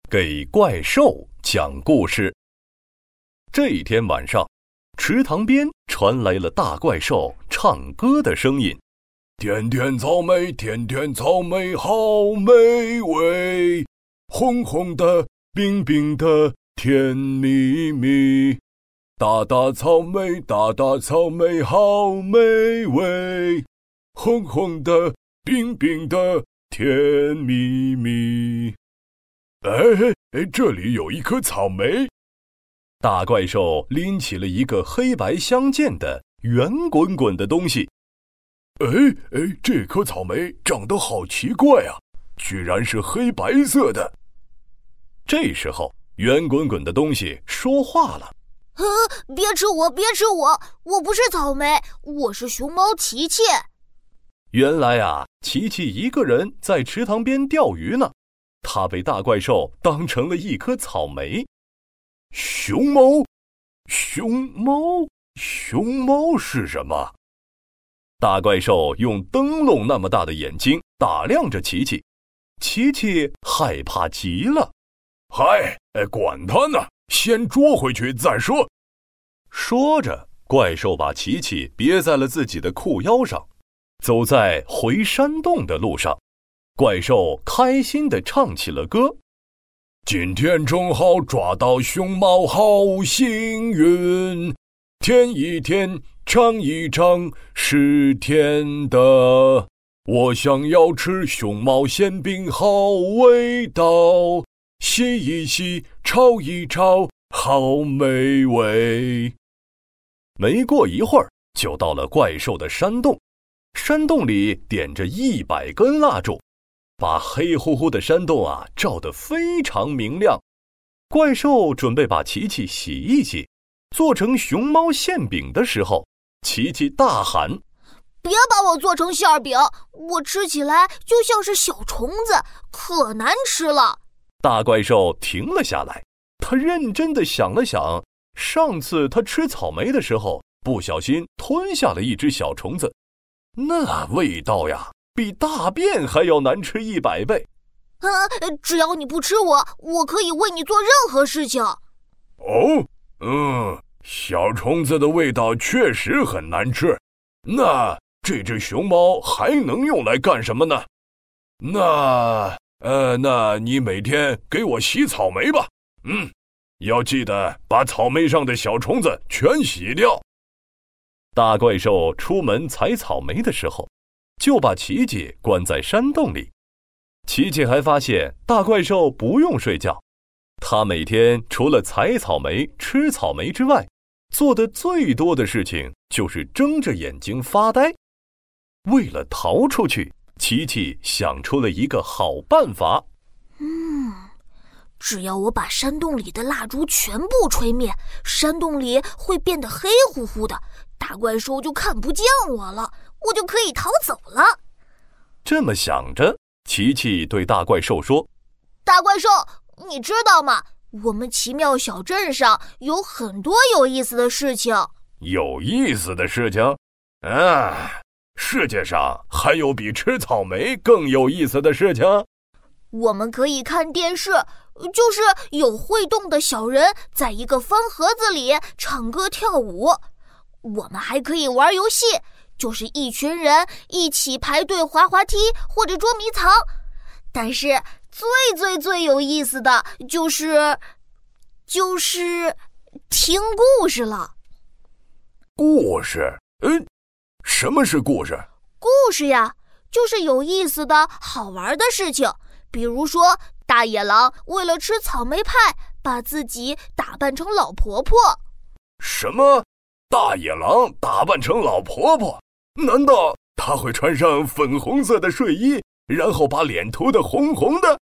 给怪兽讲故事。这一天晚上，池塘边传来了大怪兽唱歌的声音： 甜甜草莓，甜甜草莓，好美味，红红的，冰冰的，甜蜜蜜。大大草莓，大大草莓，好美味，红红的，冰冰的，甜蜜蜜。这里有一颗草莓。 大怪兽拎起了一个黑白相间的圆滚滚的东西。 这颗草莓长得好奇怪啊，居然是黑白色的。 这时候，圆滚滚的东西说话了： 别吃我，别吃我，我不是草莓，我是熊猫琪琪。 原来啊，琪琪一个人在池塘边钓鱼呢，他被大怪兽当成了一颗草莓。 熊猫是什么？ 大怪兽用灯笼那么大的眼睛打量着琪琪，琪琪害怕极了。 管他呢，先捉回去再说。 说着，怪兽把琪琪别在了自己的裤腰上，走在回山洞的路上，怪兽开心地唱起了歌。 今天正好抓到熊猫，好幸运，舔一舔，尝一尝，是甜的。我想要吃熊猫馅饼，好味道，洗一洗，炒一炒，好美味。 没过一会儿，就到了怪兽的山洞，山洞里点着100根蜡烛，把黑乎乎的山洞照得非常明亮。怪兽准备把琪琪洗一洗，做成熊猫馅饼的时候，琪琪大喊： 别把我做成馅饼，我吃起来就像是小虫子，可难吃了。 大怪兽停了下来，他认真地想了想，上次他吃草莓的时候不小心吞下了一只小虫子，那味道呀，比大便还要难吃100倍。 只要你不吃我可以为你做任何事情。 小虫子的味道确实很难吃。那这只熊猫还能用来干什么呢？那你每天给我洗草莓吧。要记得把草莓上的小虫子全洗掉。 大怪兽出门采草莓的时候，就把琪琪关在山洞里。琪琪还发现大怪兽不用睡觉，他每天除了采草莓、吃草莓之外，做的最多的事情就是睁着眼睛发呆。为了逃出去，琪琪想出了一个好办法。 只要我把山洞里的蜡烛全部吹灭，山洞里会变得黑乎乎的，大怪兽就看不见我了，我就可以逃走了。 这么想着，琪琪对大怪兽说： 大怪兽，你知道吗？我们奇妙小镇上有很多有意思的事情。 有意思的事情？世界上还有比吃草莓更有意思的事情？ 我们可以看电视，就是有会动的小人在一个方盒子里唱歌跳舞。我们还可以玩游戏，就是一群人一起排队滑滑梯或者捉迷藏。但是最有意思的就是听故事了。 故事？什么是故事？ 故事呀，就是有意思的好玩的事情。比如说，大野狼为了吃草莓派，把自己打扮成老婆婆。 什么？大野狼打扮成老婆婆？难道她会穿上粉红色的睡衣，然后把脸涂得红红的？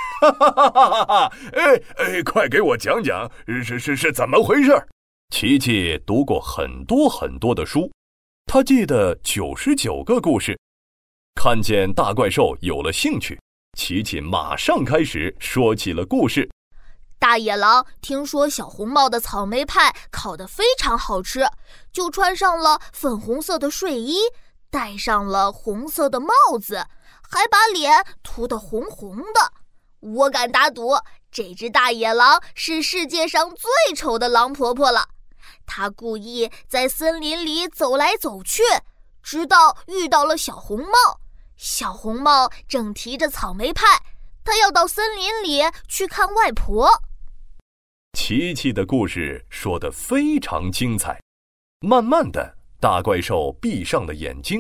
快给我讲讲，是怎么回事？ 琪琪读过很多的书，他记得99个故事。看见大怪兽有了兴趣，琪琪马上开始说起了故事。 大野狼听说小红帽的草莓派烤得非常好吃，就穿上了粉红色的睡衣，戴上了红色的帽子，还把脸涂得红红的。我敢打赌， 这只大野狼是世界上最丑的狼婆婆了。她故意在森林里走来走去，直到遇到了小红帽。小红帽正提着草莓派，她要到森林里去看外婆。 琪琪的故事说得非常精彩。慢慢的，大怪兽闭上了眼睛。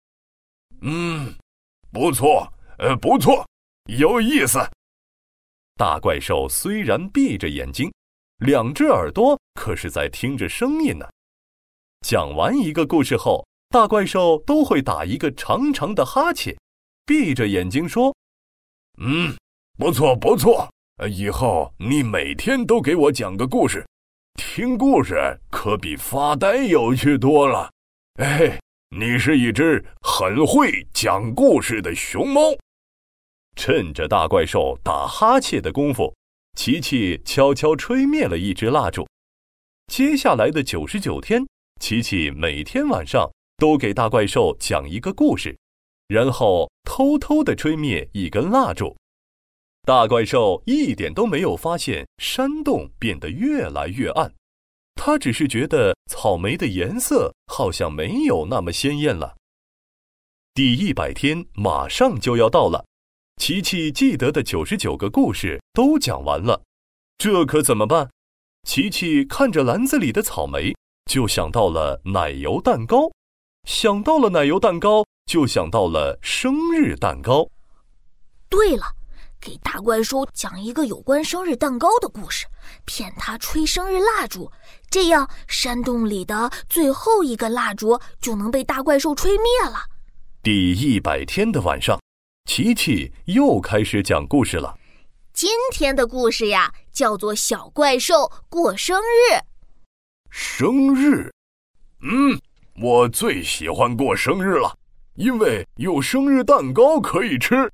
不错，不错，有意思。 大怪兽虽然闭着眼睛，两只耳朵可是在听着声音呢。讲完一个故事后，大怪兽都会打一个长长的哈欠，闭着眼睛说： 不错不错，以后你每天都给我讲个故事，听故事可比发呆有趣多了。你是一只很会讲故事的熊猫。 趁着大怪兽打哈欠的功夫，琪琪悄悄吹灭了一支蜡烛。接下来的99天，琪琪每天晚上都给大怪兽讲一个故事，然后偷偷地吹灭一根蜡烛。大怪兽一点都没有发现山洞变得越来越暗，他只是觉得草莓的颜色好像没有那么鲜艳了。第100天马上就要到了，琪琪记得的99个故事都讲完了，这可怎么办？琪琪看着篮子里的草莓，就想到了奶油蛋糕，想到了奶油蛋糕，就想到了生日蛋糕。 对了，给大怪兽讲一个有关生日蛋糕的故事，骗他吹生日蜡烛，这样山洞里的最后一根蜡烛就能被大怪兽吹灭了。 第100天的晚上，琪琪又开始讲故事了。 今天的故事呀，叫做小怪兽过生日。 生日？我最喜欢过生日了，因为有生日蛋糕可以吃。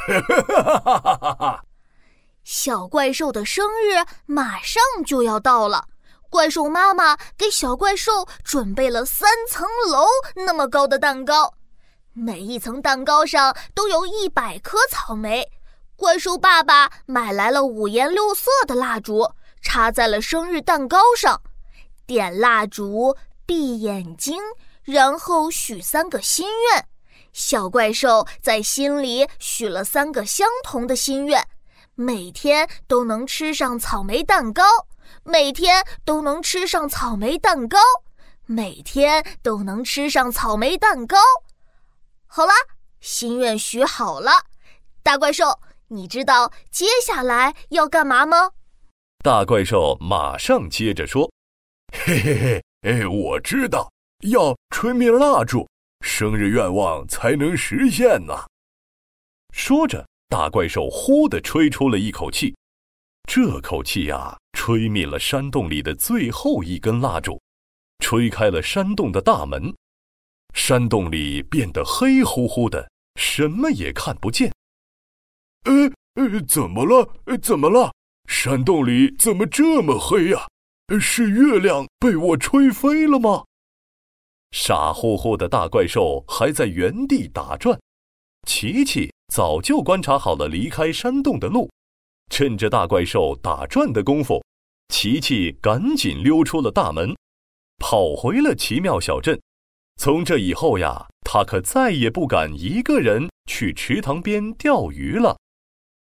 小怪兽的生日马上就要到了，怪兽妈妈给小怪兽准备了3层楼那么高的蛋糕，每一层蛋糕上都有100颗草莓。怪兽爸爸买来了5颜6色的蜡烛，插在了生日蛋糕上，点蜡烛，闭眼睛，然后许3个心愿。小怪兽在心里许了3个相同的心愿，每天都能吃上草莓蛋糕，每天都能吃上草莓蛋糕，每天都能吃上草莓蛋糕。好了，心愿许好了。大怪兽，你知道接下来要干嘛吗？ 大怪兽马上接着说： 我知道，要吹灭蜡烛，生日愿望才能实现呢。 说着，大怪兽呼地吹出了一口气，这口气呀，吹灭了山洞里的最后一根蜡烛，吹开了山洞的大门。山洞里变得黑乎乎的，什么也看不见。 怎么了？怎么了？山洞里怎么这么黑呀？是月亮被我吹飞了吗？ 傻乎乎的大怪兽还在原地打转，琪琪早就观察好了离开山洞的路。趁着大怪兽打转的功夫，琪琪赶紧溜出了大门，跑回了奇妙小镇。从这以后呀，他可再也不敢一个人去池塘边钓鱼了。